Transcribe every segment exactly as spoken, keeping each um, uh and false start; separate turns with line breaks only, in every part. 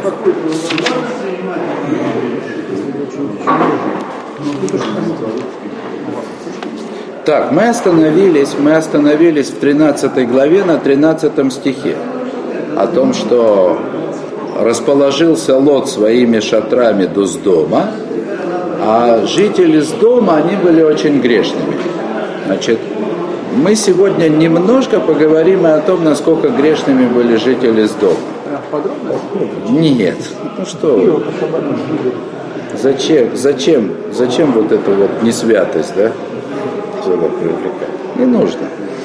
Так, мы остановились, мы остановились в тринадцатой главе на тринадцатом стихе о том, что расположился Лот своими шатрами до Сдома, а жители Сдома, они были очень грешными. Значит, мы сегодня немножко поговорим и о том, насколько грешными были жители Сдома. Нет, ну что, зачем, зачем, зачем вот эту вот несвятость, да? Не нужно.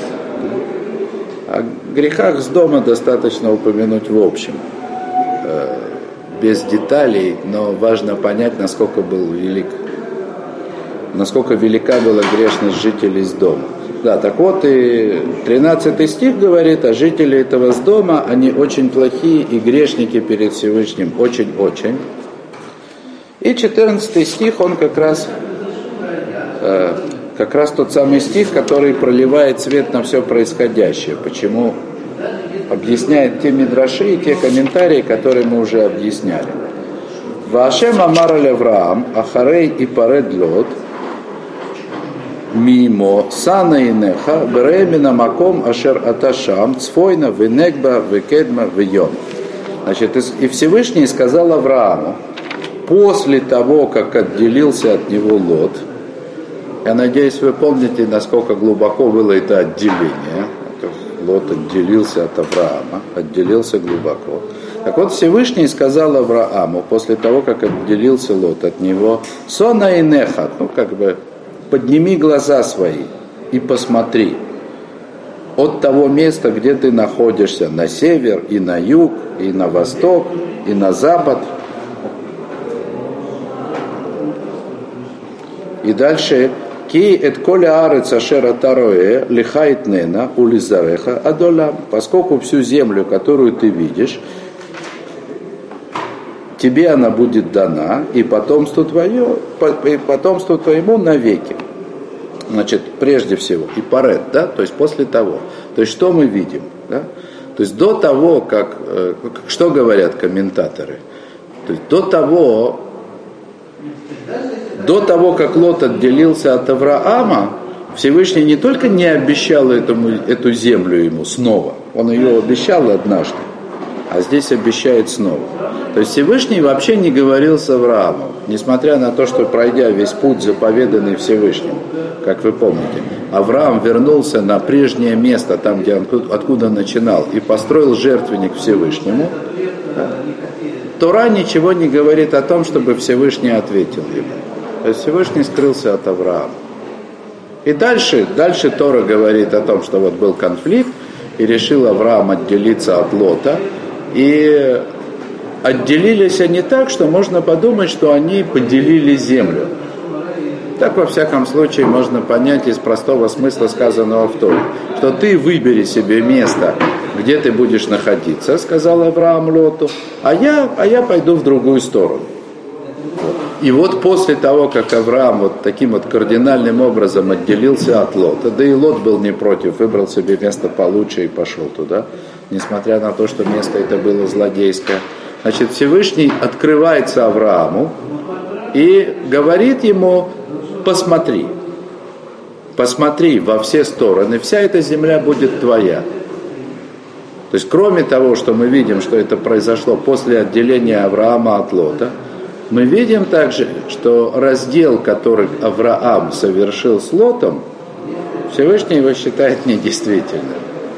О грехах Сдома достаточно упомянуть в общем, э, без деталей, но важно понять, насколько был велик, насколько велика была грешность жителей Сдома. Да, так вот и тринадцатый стих говорит, а жители этого Сдома, они очень плохие и грешники перед Всевышним, очень-очень. И четырнадцатый стих, он как раз... Э, Как раз тот самый стих, который проливает свет на все происходящее. Почему объясняет те мидраши и те комментарии, которые мы уже объясняли. Вашем амар аль Авраам, ахарей и паред лот, мимо сана инеха, беремина маком ашер аташам, цфойна венегба векедма вейом. Значит, и Всевышний сказал Аврааму, после того, как отделился от него Лот, я надеюсь, вы помните, насколько глубоко было это отделение. Лот отделился от Авраама, отделился глубоко. Так вот, Всевышний сказал Аврааму, после того, как отделился Лот от него, «Сона и неха», ну, как бы, подними глаза свои и посмотри от того места, где ты находишься, на север и на юг, и на восток, и на запад. И дальше «Ки эт коля арец ашера тароэ лихает нена улизареха адолам», поскольку всю землю, которую ты видишь, тебе она будет дана, и потомству, твое, и потомству твоему навеки. Значит, прежде всего, и парет, да, то есть после того. То есть что мы видим, да? То есть до того, как, что говорят комментаторы, то есть до того, До того, как Лот отделился от Авраама, Всевышний не только не обещал этому, эту землю ему снова, он ее обещал однажды, а здесь обещает снова. То есть Всевышний вообще не говорил с Авраамом, несмотря на то, что пройдя весь путь, заповеданный Всевышним, как вы помните, Авраам вернулся на прежнее место, там, где он, откуда начинал, и построил жертвенник Всевышнему. Тора ничего не говорит о том, чтобы Всевышний ответил ему. То есть Всевышний скрылся от Авраама. И дальше, дальше Тора говорит о том, что вот был конфликт, и решил Авраам отделиться от Лота. И отделились они так, что можно подумать, что они поделили землю. Так, во всяком случае, можно понять из простого смысла сказанного в Торе, что ты выбери себе место, где ты будешь находиться, сказал Авраам Лоту, а я, а я пойду в другую сторону. И вот после того, как Авраам вот таким вот кардинальным образом отделился от Лота, да и Лот был не против, выбрал себе место получше и пошел туда, несмотря на то, что место это было злодейское. Значит, Всевышний открывается Аврааму и говорит ему, посмотри, посмотри во все стороны, вся эта земля будет твоя. То есть, кроме того, что мы видим, что это произошло после отделения Авраама от Лота, мы видим также, что раздел, который Авраам совершил с Лотом, Всевышний его считает недействительным.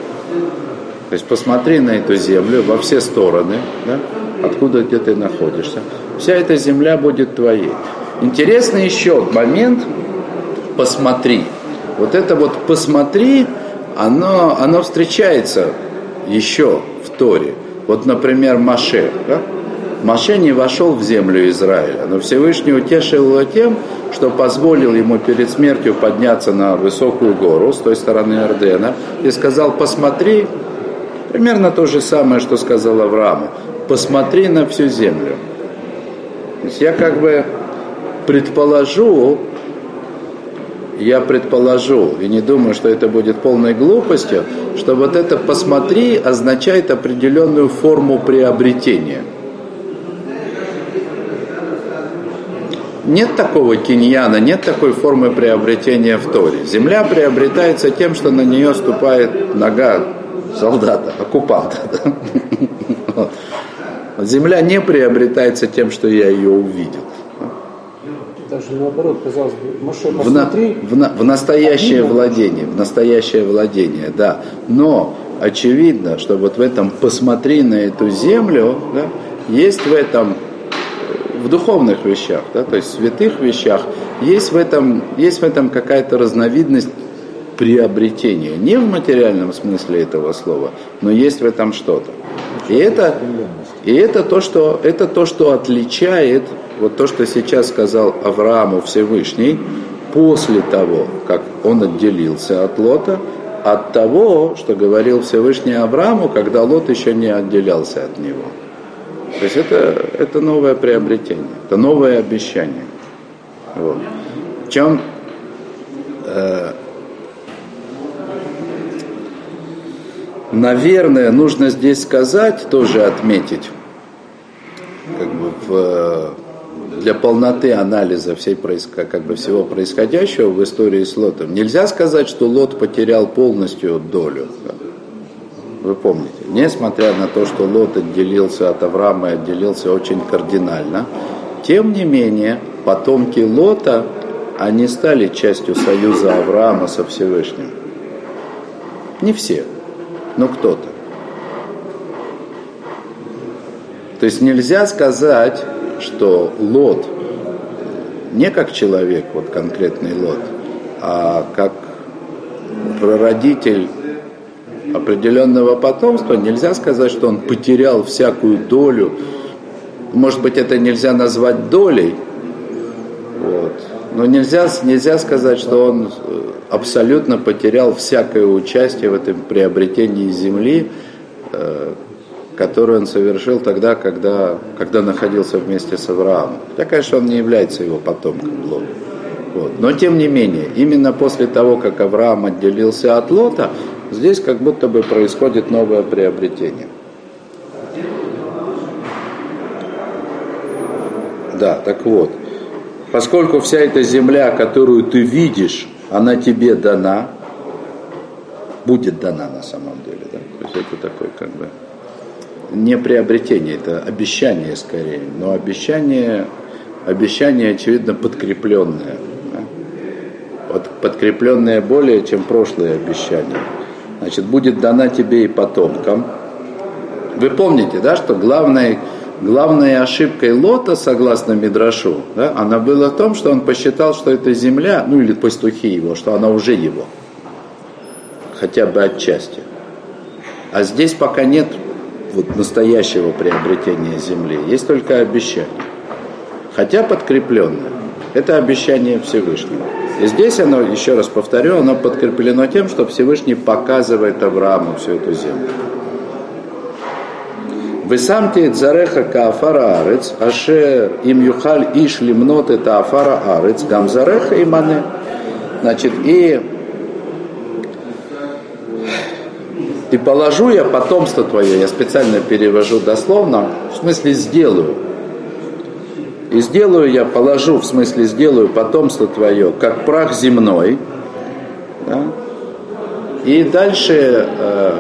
То есть посмотри на эту землю во все стороны, да, откуда где ты находишься. Вся эта земля будет твоей. Интересный еще момент, посмотри. Вот это вот посмотри, оно, оно встречается еще в Торе. Вот, например, Моше, да? Моше не вошел в землю Израиля, но Всевышний утешил его тем, что позволил ему перед смертью подняться на высокую гору с той стороны Иордена и сказал, посмотри, примерно то же самое, что сказал Аврааму, посмотри на всю землю. То есть я как бы предположу, я предположу, и не думаю, что это будет полной глупостью, что вот это «посмотри» означает определенную форму приобретения. нет такого киньяна, нет такой формы приобретения в Торе. Земля приобретается тем, что на нее ступает нога солдата, оккупанта. Земля не приобретается тем, что я ее увидел.
Даже наоборот, казалось бы, Моше,
посмотри. В, на, в, в настоящее владение, в настоящее владение, да. Но очевидно, что вот в этом «посмотри на эту землю», да, есть в этом, в духовных вещах, да, то есть в святых вещах, есть в этом, есть в этом какая-то разновидность приобретения. Не в материальном смысле этого слова, но есть в этом что-то. И это, и это, то, что, это то, что отличает вот то, что сейчас сказал Аврааму Всевышний, после того, как он отделился от Лота, от того, что говорил Всевышний Аврааму, когда Лот еще не отделялся от него. То есть это, это новое приобретение, это новое обещание. Вот. В чем э, наверное, нужно здесь сказать, тоже отметить, как бы в, для полноты анализа всей, как бы всего происходящего в истории с Лотом. Нельзя сказать, что Лот потерял полностью долю. Вы помните, несмотря на то, что Лот отделился от Авраама и отделился очень кардинально, тем не менее, потомки Лота, они стали частью союза Авраама со Всевышним. Не все, но кто-то. То есть нельзя сказать, что Лот, не как человек, вот конкретный Лот, а как прародитель определенного потомства, нельзя сказать, что он потерял всякую долю. Может быть, это нельзя назвать долей, вот. Но нельзя, нельзя сказать, что он абсолютно потерял всякое участие в этом приобретении земли, которое он совершил тогда, когда, когда находился вместе с Авраамом. Хотя, конечно, он не является его потомком Лота. Вот. Но, тем не менее, именно после того, как Авраам отделился от Лота, здесь как будто бы происходит новое приобретение. Да, так вот. Поскольку вся эта земля, которую ты видишь, она тебе дана, будет дана на самом деле. Да? То есть это такое как бы не приобретение, это обещание скорее. Но обещание, обещание очевидно, подкрепленное. Да? Под, подкрепленное более, чем прошлые обещания. Значит, будет дана тебе и потомкам. Вы помните, да, что главной, главной ошибкой Лота, согласно Мидрашу, да, она была в том, что он посчитал, что эта земля, ну или пастухи его, что она уже его. Хотя бы отчасти. А здесь пока нет вот настоящего приобретения земли. Есть только обещание. Хотя подкрепленное. Это обещание Всевышнего. И здесь оно, еще раз повторю, оно подкреплено тем, что Всевышний показывает Аврааму всю эту землю. «Весамти цареха каафара арец, ашер им юхаль иш лимнот это афара арец, гам зареха имане». Значит, и, и положу я потомство твое, я специально перевожу дословно, в смысле сделаю. И сделаю я, положу, в смысле сделаю потомство твое, как прах земной. Да? И дальше, э,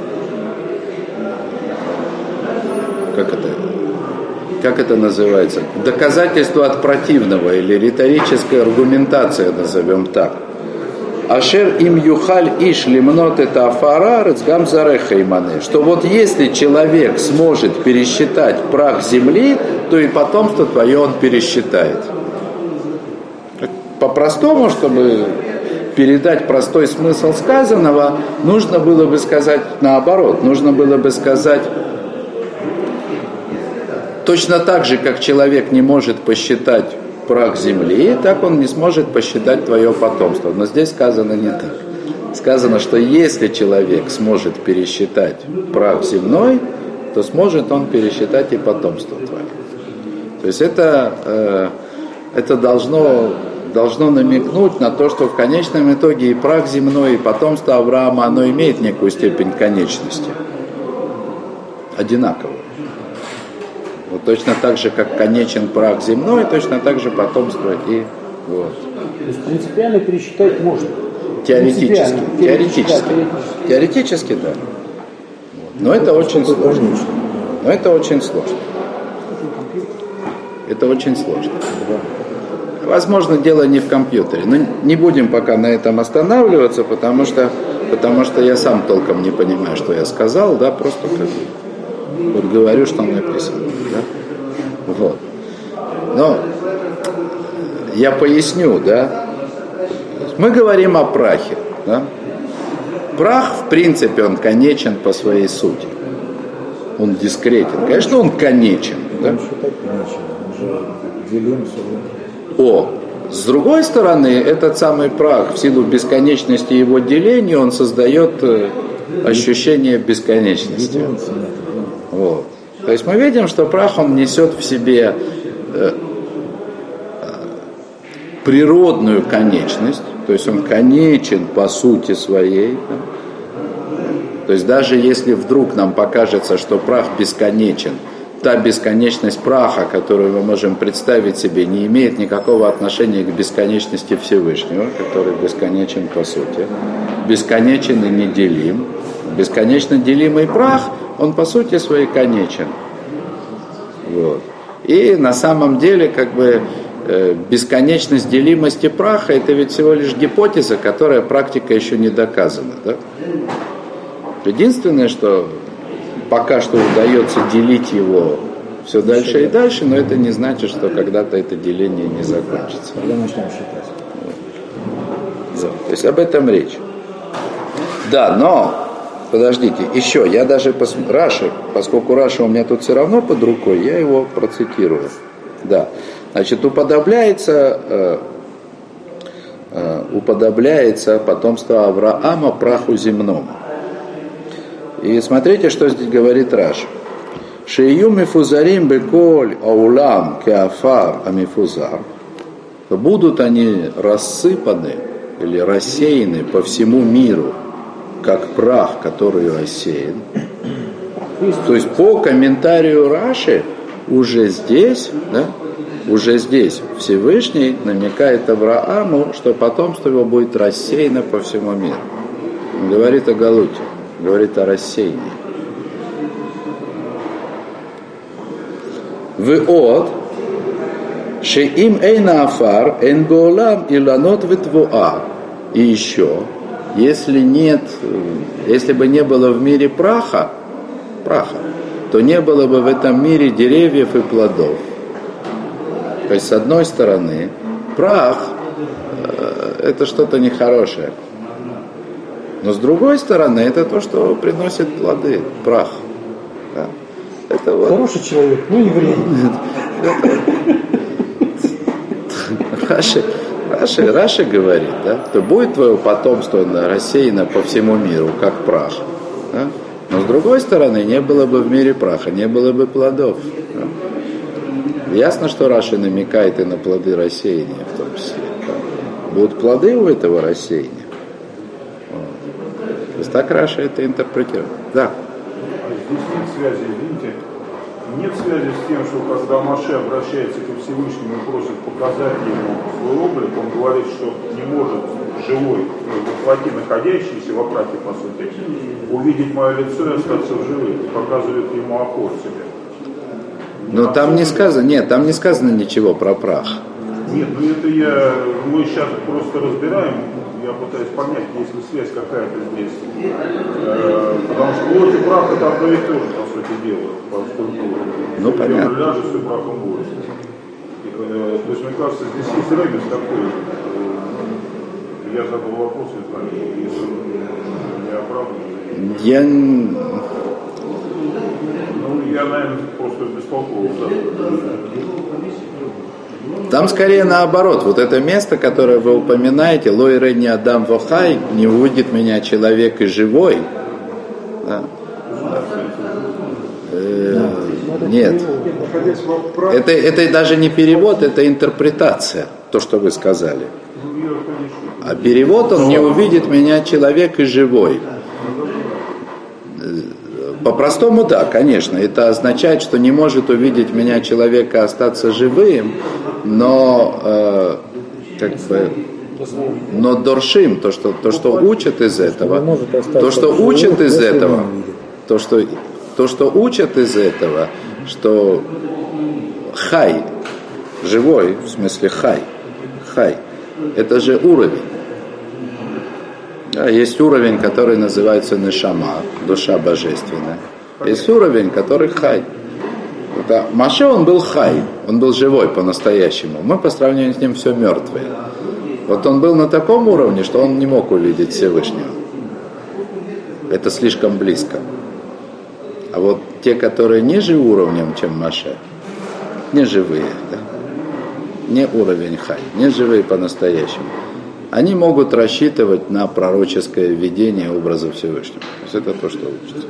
как это, как это называется? Доказательство от противного или риторическая аргументация, назовем так. Ашер им юхаль иш лимнот это афара рецгам зареха имане. Что вот если человек сможет пересчитать прах земли, то и потомство твое он пересчитает. По-простому, чтобы передать простой смысл сказанного, нужно было бы сказать наоборот. Нужно было бы сказать, точно так же, как человек не может посчитать прах земли, так он не сможет посчитать твое потомство. Но здесь сказано не так. Сказано, что если человек сможет пересчитать прах земной, то сможет он пересчитать и потомство твое. То есть это, э, это должно, должно намекнуть на то, что в конечном итоге и прах земной, и потомство Авраама, оно имеет некую степень конечности. Одинаково. Вот точно так же, как конечен прах земной, точно так же потомство и вот.
То есть принципиально пересчитать можно.
Теоретически. Теоретически.
Да,
теоретически. Теоретически, да. Но это очень сложно. Но это очень сложно. Это очень сложно. Возможно, дело не в компьютере. Но не будем пока на этом останавливаться, потому что, потому что я сам толком не понимаю, что я сказал, да, просто как вот говорю, что написано. Да? Вот. Но я поясню, да. Мы говорим о прахе. Да? Прах, в принципе, он конечен по своей сути. Он дискретен. Конечно, он конечен. Да? О, с другой стороны, этот самый прах, в силу бесконечности его деления, он создает ощущение бесконечности. Вот. То есть мы видим, что прах, он несет в себе э, природную конечность, то есть он конечен по сути своей. Да? То есть даже если вдруг нам покажется, что прах бесконечен, та бесконечность праха, которую мы можем представить себе, не имеет никакого отношения к бесконечности Всевышнего, который бесконечен по сути, бесконечен и неделим. Бесконечно делимый прах, он по сути своей конечен. Вот. И на самом деле, как бы, бесконечность делимости праха, это ведь всего лишь гипотеза, которая практика еще не доказана. Да? Единственное, что пока что удается делить его все дальше и дальше, но это не значит, что когда-то это деление не закончится.
Когда начнем считать.
Да. То есть об этом речь. Да, но, подождите, еще, я даже пос... Раши, поскольку Раши у меня тут все равно под рукой, я его процитирую. Да. Значит, уподобляется, э, э, уподобляется потомство Авраама праху земному. И смотрите, что здесь говорит Раши. Шею мифузарим беколь аулам кеафар амифузар. Будут они рассыпаны или рассеяны по всему миру, как прах, который рассеян. То есть по комментарию Раши уже здесь, да, уже здесь Всевышний намекает Аврааму, что потомство его будет рассеяно по всему миру. Он говорит о Галуте, говорит о рассеянии. Веот шеим эйна афар эн боолам иланот ветвуа. И еще, если нет, если бы не было в мире праха, праха, то не было бы в этом мире деревьев и плодов. То есть, с одной стороны, прах э, это что-то нехорошее. Но с другой стороны, это то, что приносит плоды, прах. Да. Это вот...
Хороший человек, ну еврей.
Раши, Раши, Раши говорит, да, то будет твое потомство рассеяно по всему миру, как прах. Да? Но с другой стороны, не было бы в мире праха, не было бы плодов. Да? Ясно, что Раши намекает и на плоды рассеяния в том числе. Да? Будут плоды у этого рассеяния. Вот. То есть так Раши это интерпретирует. Да.
Здесь нет связи, видите? Нет связи с тем, что когда Моше обращается ко Всевышнему и просит показать ему свой облик, он говорит, что не может живой, воплоти находящийся во прахе, по сути, увидеть мое лицо и остаться в живых, и показывает ему опор себе.
Но там не сказано, нет, там не сказано ничего про прах.
Нет, ну это я, мы сейчас просто разбираем, я пытаюсь понять, есть ли связь какая-то здесь. Э, потому что плоть и прах это одно и то же, по сути дела, поскольку
ну, понятно.
ляжет, все прахом будет. Э, то есть, мне кажется, здесь есть ремес такой. Э, я задал вопрос, не знаю, если не оправдан.
Я...
Ну, я, наверное, просто бестолково.
Там скорее наоборот, вот это место, которое вы упоминаете, Лой Рени Адам Вохай, не увидит меня человек и живой. Да. Э, нет. Это, это даже не перевод, это интерпретация, то, что вы сказали. А перевод, он не увидит меня человек и живой. По-простому, да, конечно. Это означает, что не может увидеть меня человека остаться живым, но э, как бы, но доршим, то что, то, что учат из этого, то, что учат из этого, то, что, то, что учат из этого, что хай, живой, в смысле хай, хай, это же уровень. Да, есть уровень, который называется нешама, душа божественная. Есть уровень, который хай. Это, Моше, он был хай, он был живой по-настоящему. Мы по сравнению с ним все мертвые. Вот он был на таком уровне, что он не мог увидеть Всевышнего. Это слишком близко. А вот те, которые ниже уровнем, чем Моше, не живые, да? Не уровень хай, не живые по-настоящему, они могут рассчитывать на пророческое видение образа Всевышнего. То есть это то, что учится.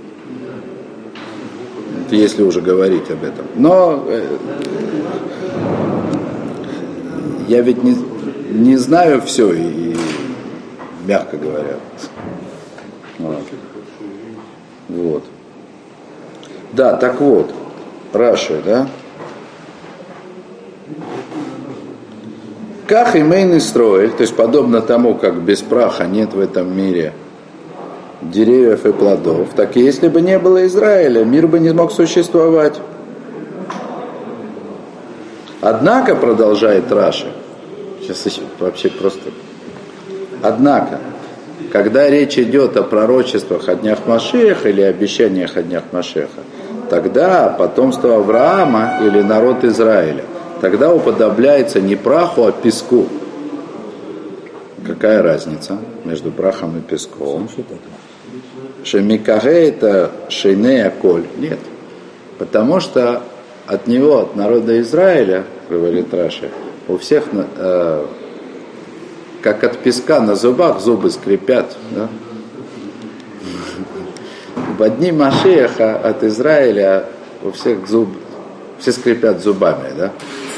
Если уже говорить об этом. Но э, я ведь не, не знаю все, и, и мягко говоря. Вот. Вот. Да, так вот, Раши, да? Ках и мейн Исроэль, то есть подобно тому, как без праха нет в этом мире деревьев и плодов, так и если бы не было Израиля, мир бы не мог существовать. Однако, продолжает Раши, сейчас еще вообще просто, однако, когда речь идет о пророчествах о днях Машиаха или обещаниях о днях Машиаха, тогда потомство Авраама или народ Израиля, тогда уподобляется не праху, а песку. Какая разница между прахом и песком? Шемикаге это шейнея коль. Нет. Потому что от него, от народа Израиля, говорит Раши, у всех, э, как от песка на зубах, зубы скрипят. Да? В дни Машиаха от Израиля у всех зуб, все скрипят зубами, да?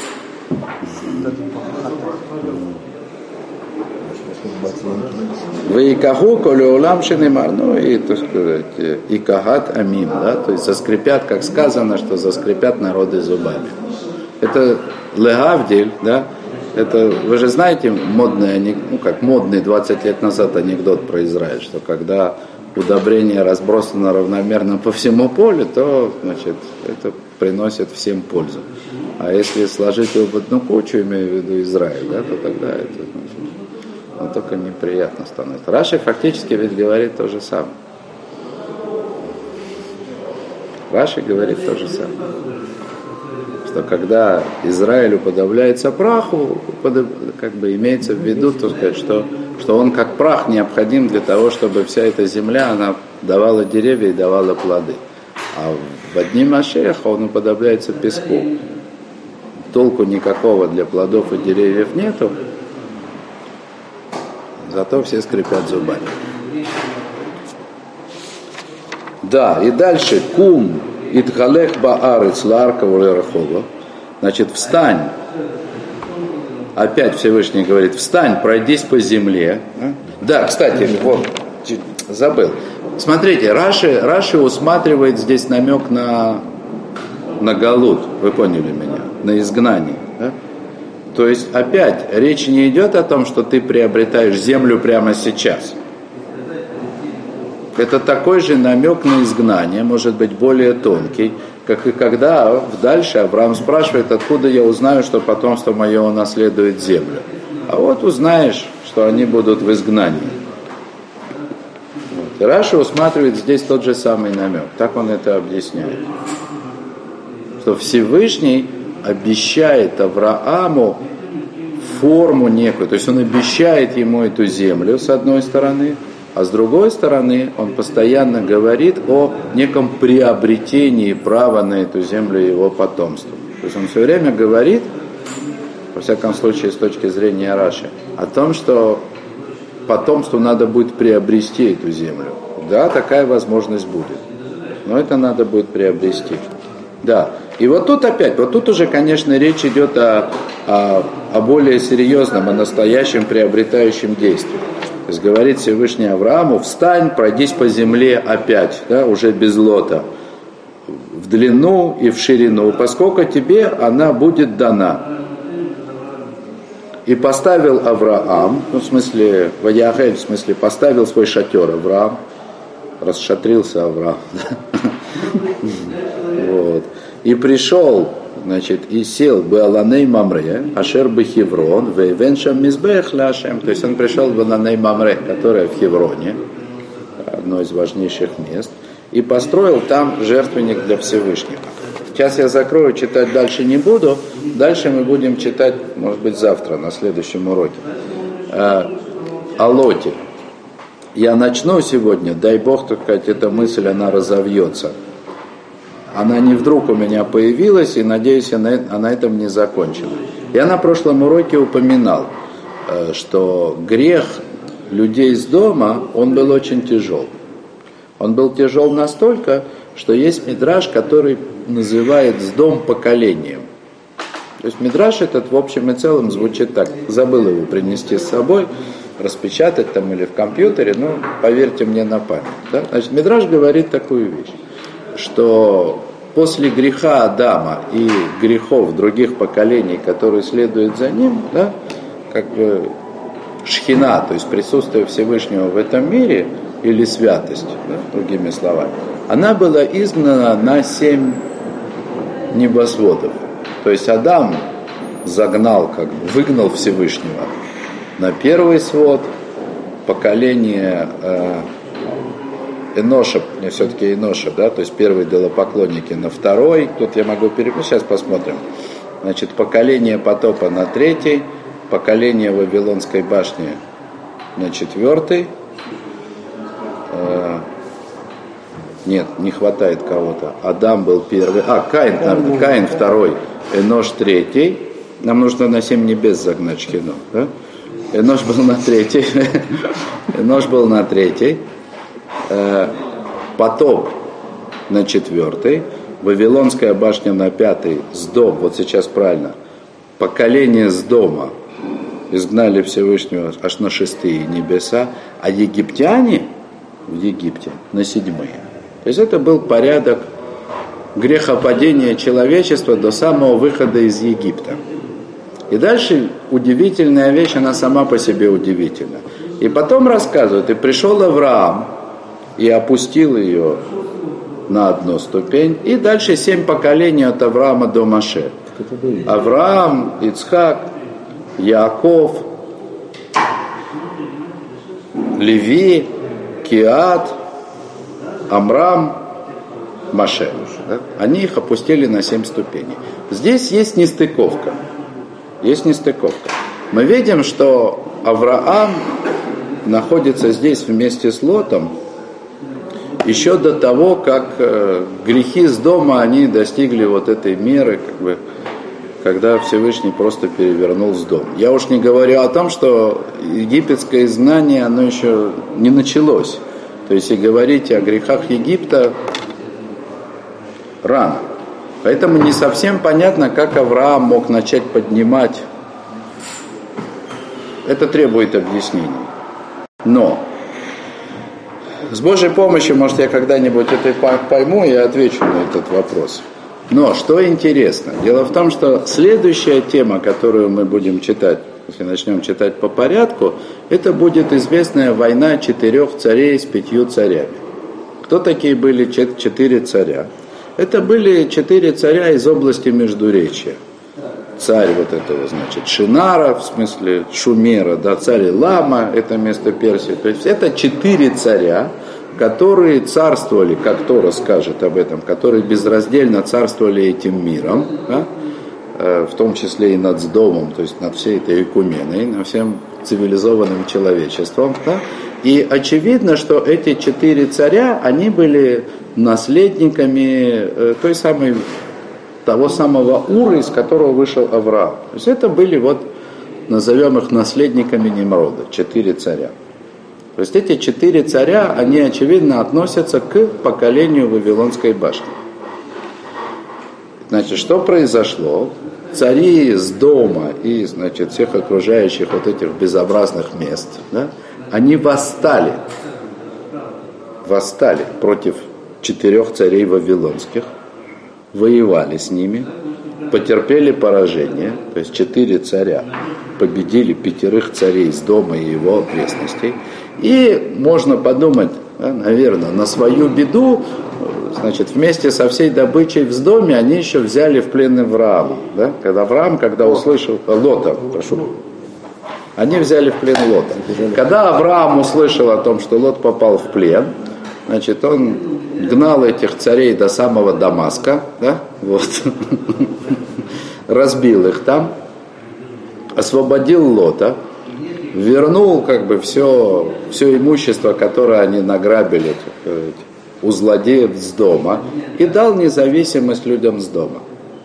Вы и каху, коли улам шинемар, ну и, так сказать, и кагат амим, да, то есть заскрипят, как сказано, что заскрипят народы зубами. Это легавдиль, да, это, вы же знаете, модный, ну как модный двадцать лет назад анекдот про Израиль, что когда удобрение разбросано равномерно по всему полю, то, значит, это приносит всем пользу. А если сложить его в одну кучу, имею в виду Израиль, да, то тогда это, значит, ну, только неприятно становится. Раши фактически ведь говорит то же самое. Раши говорит то же самое. Что когда Израиль уподобляется праху, как бы имеется в виду, так сказать, что, что он как прах необходим для того, чтобы вся эта земля, она давала деревья и давала плоды. А в дни Машиаха он уподобляется песку. Толку никакого для плодов и деревьев нету, зато все скрипят зубами. Да, и дальше. Кум итгалех баарец ларка урерахова. Значит, встань. Опять Всевышний говорит, встань, пройдись по земле. Да, кстати, вот, забыл. Смотрите, Раши, Раши усматривает здесь намек на, на галут. Вы поняли меня? На изгнание. Да? То есть, опять, речь не идет о том, что ты приобретаешь землю прямо сейчас. Это такой же намек на изгнание, может быть, более тонкий, как и когда дальше Авраам спрашивает, откуда я узнаю, что потомство мое унаследует землю. А вот узнаешь, что они будут в изгнании. Вот. И Раши усматривает здесь тот же самый намек. Так он это объясняет. Что Всевышний обещает Аврааму форму некую, то есть он обещает ему эту землю с одной стороны, а с другой стороны он постоянно говорит о неком приобретении права на эту землю его потомству. То есть он все время говорит, во всяком случае с точки зрения Раши, о том, что потомству надо будет приобрести эту землю. Да, такая возможность будет, но это надо будет приобрести. Да. И вот тут опять, вот тут уже, конечно, речь идет о, о, о более серьезном, о настоящем приобретающем действии. То есть говорит Всевышний Аврааму: встань, пройдись по земле опять, да, уже без Лота, в длину и в ширину, поскольку тебе она будет дана. И поставил Авраам, ну в смысле, Ваяхель, в смысле, поставил свой шатер Авраам, расшатрился Авраам, вот, и пришел, значит, и сел Беаланей Мамре, Ашер Бехеврон, Вейвеншам Мизбех Ляшем, то есть он пришел в Беаланей Мамре, которая в Хевроне, одно из важнейших мест, и построил там жертвенник для Всевышнего. Сейчас я закрою, читать дальше не буду. Дальше мы будем читать, может быть, завтра, на следующем уроке. О Лоте. Я начну сегодня, дай Бог, так сказать, эта мысль, она разовьется. Она не вдруг у меня появилась, и, надеюсь, я на, на этом не закончена. Я на прошлом уроке упоминал, что грех людей из дома, он был очень тяжел. Он был тяжел настолько, что есть мидраш, который называет «сдом поколением». То есть мидраш этот в общем и целом звучит так. Забыл его принести с собой, распечатать там или в компьютере, но поверьте мне на память. Да? Значит, мидраш говорит такую вещь, что после греха Адама и грехов других поколений, которые следуют за ним, да, как бы шхина, то есть присутствие Всевышнего в этом мире, или святость, да, другими словами, она была изгнана на семь небосводов. То есть Адам загнал, как бы, выгнал Всевышнего на первый свод, поколение э, Эноша, не все-таки Эноша, да, то есть первые идолопоклонники на второй, тут я могу переписать, сейчас посмотрим. Значит, поколение потопа на третий, поколение Вавилонской башни на четвертый. Э, нет, не хватает кого-то. Адам был первый, а, Каин, Каин, Каин второй, Энош третий. Нам нужно на семь небес загнать шхину, да? Энош был на третий, Энош был на третий, потоп на четвертый, Вавилонская башня на пятый, Сдом, вот сейчас правильно, поколение Сдома изгнали Всевышнего аж на шестые небеса, а египтяне в Египте на седьмые. То есть это был порядок грехопадения человечества до самого выхода из Египта. И дальше удивительная вещь, она сама по себе удивительна. И потом рассказывают, и пришел Авраам, и опустил ее на одну ступень, и дальше семь поколений от Авраама до Моше. Авраам, Ицхак, Яаков, Леви, Киат, Амрам, Моше. Они их опустили на семь ступеней. Здесь есть нестыковка. Есть нестыковка. Мы видим, что Авраам находится здесь вместе с Лотом еще до того, как э, грехи с дома, они достигли вот этой меры, как бы, когда Всевышний просто перевернул с дома. Я уж не говорю о том, что египетское изгнание, оно еще не началось. То есть и говорить о грехах Египта рано. Поэтому не совсем понятно, как Авраам мог начать поднимать. Это требует объяснений. Но с Божьей помощью, может, я когда-нибудь это пойму и отвечу на этот вопрос. Но что интересно, дело в том, что следующая тема, которую мы будем читать, если начнем читать по порядку, это будет известная война четырех царей с пятью царями. Кто такие были четыре царя? Это были четыре царя из области Междуречья. Царь вот этого, значит, Шинара, в смысле Шумера, да, царь Лама, это место Персии. То есть это четыре царя, которые царствовали, как Тора скажет об этом, которые безраздельно царствовали этим миром, да, в том числе и над Сдомом, то есть над всей этой Экуменой, над всем цивилизованным человечеством. Да. И очевидно, что эти четыре царя, они были наследниками той самой, того самого Ура, из которого вышел Авраам. То есть это были, вот, назовем их наследниками Немрода, четыре царя. То есть эти четыре царя, они, очевидно, относятся к поколению Вавилонской башни. Значит, что произошло? цари с дома и, значит, всех окружающих вот этих безобразных мест, да, они восстали, восстали против четырех царей вавилонских, воевали с ними, потерпели поражение, то есть четыре царя победили пятерых царей с дома и его окрестностей. И можно подумать, да, наверное, на свою беду, значит, вместе со всей добычей в доме они еще взяли в плен Авраама. Да? Когда Авраам, когда услышал, Лота, прошу, они взяли в плен Лота. Когда Авраам услышал о том, что Лот попал в плен, значит, он гнал этих царей до самого Дамаска, да? Вот. Разбил их там, освободил Лота, вернул как бы все, все имущество, которое они награбили у злодеев с дома, и дал независимость людям с дома.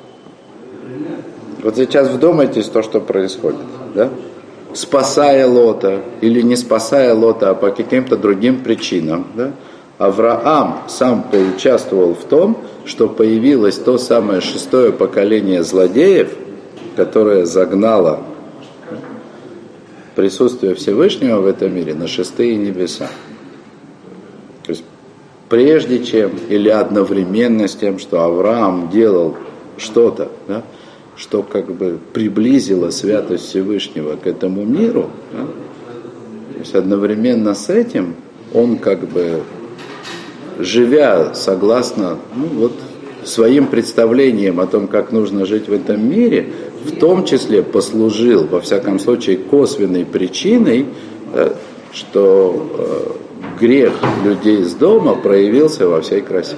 Вот сейчас вдумайтесь то, что происходит, да? Спасая Лота или не спасая Лота, а по каким-то другим причинам, да? Авраам сам поучаствовал в том, что появилось то самое шестое поколение злодеев, которое загнало присутствие Всевышнего в этом мире на шестые небеса. То есть прежде чем или одновременно с тем, что Авраам делал что-то, да, что как бы приблизило святость Всевышнего к этому миру, да, то есть одновременно с этим он как бы, живя согласно, ну, вот, своим представлением о том, как нужно жить в этом мире, в том числе послужил, во всяком случае, косвенной причиной, что грех людей с дома проявился во всей красе.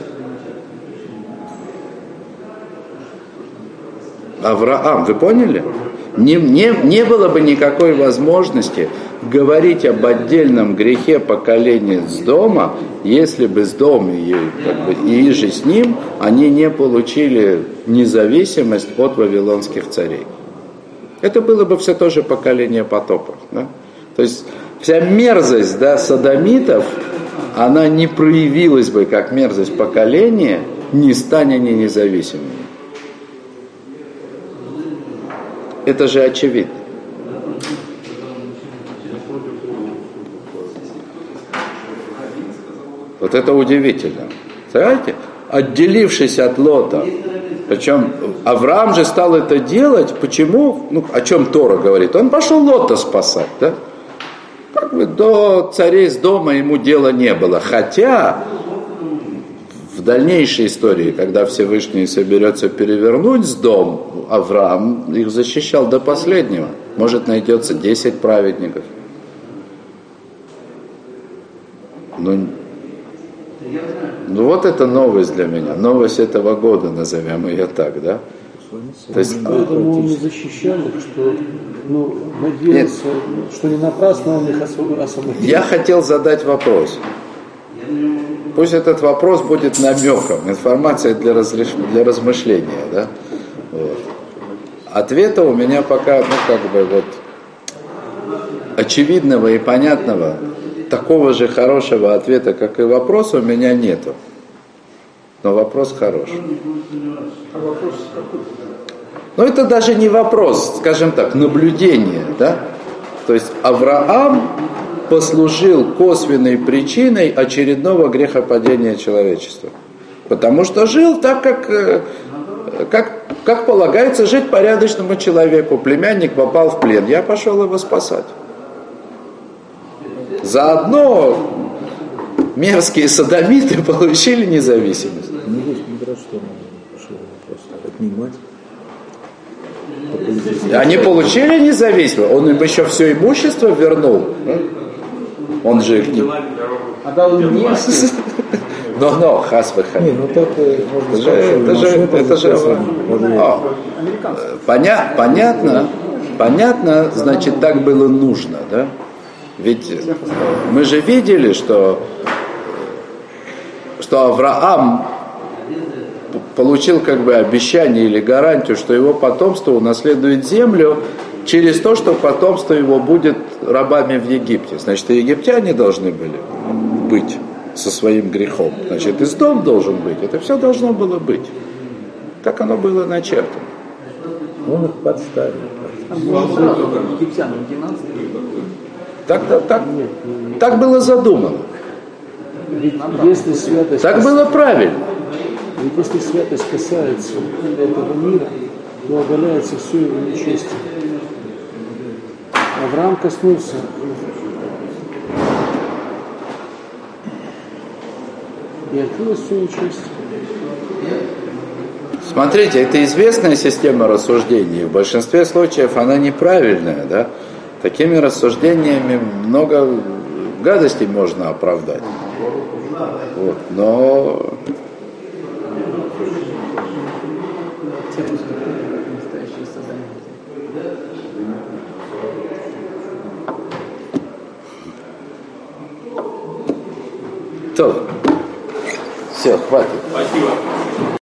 Авраам, вы поняли? Не, не, не было бы никакой возможности говорить об отдельном грехе поколения с дома, если бы с дома и, как бы, и же с ним они не получили независимость от вавилонских царей. Это было бы все то же поколение потопа. Да? То есть вся мерзость, да, содомитов, она не проявилась бы как мерзость поколения, не стань они независимыми. Это же очевидно. Вот это удивительно. Знаете, отделившись от Лота, причем Авраам же стал это делать, почему? Ну, о чем Тора говорит? Он пошел Лота спасать, да? Как бы до царей с дома ему дела не было. Хотя в дальнейшей истории, когда Всевышний соберется перевернуть с дом, Авраам их защищал до последнего. Может, найдется десять праведников. Ну, ну вот это новость для меня. Новость этого года, назовем ее так, да? То есть,
поэтому он не защищал их, что, ну, надеялся, что не напрасно он их освободил.
Я хотел задать вопрос. Пусть этот вопрос будет намеком, информацией для, разреш... для размышления, да? Вот. Ответа у меня пока, ну, как бы, вот, очевидного и понятного, такого же хорошего ответа, как и вопрос, у меня нету. Но вопрос хороший.
А вопрос какой?
Но это даже не вопрос, скажем так, наблюдение, да? То есть Авраам послужил косвенной причиной очередного грехопадения человечества. Потому что жил так, как, как, как полагается жить порядочному человеку. Племянник попал в плен, я пошел его спасать. Заодно мерзкие содомиты получили независимость.
Не есть мудро, что он пошел просто отнимать.
Они получили независимость, он им еще все имущество вернул. Он же их не...
А дал им место.
Но, но, хас выходи.
Не, ну так можно
сказать, это же, это же, а, поня, понятно, понятно, значит, так было нужно, да? Ведь мы же видели, что, что Авраам получил как бы обещание или гарантию, что его потомство унаследует землю через то, что потомство его будет рабами в Египте. Значит, и египтяне должны были быть со своим грехом. Значит, и дом должен быть. Это все должно было быть. Так оно было начертано.
Он их подставил.
Египтянам династии.
Так, так, так, так было задумано.
Ведь если святость,
Так было правильно.
ведь если святость касается этого мира, то оголяется все его нечестие. Авраам коснулся и открылось все нечестие.
Смотрите, это известная система рассуждений. В большинстве случаев она неправильная, да? Такими рассуждениями много гадостей можно оправдать. Вот. Но то. Все, хватит.
Спасибо.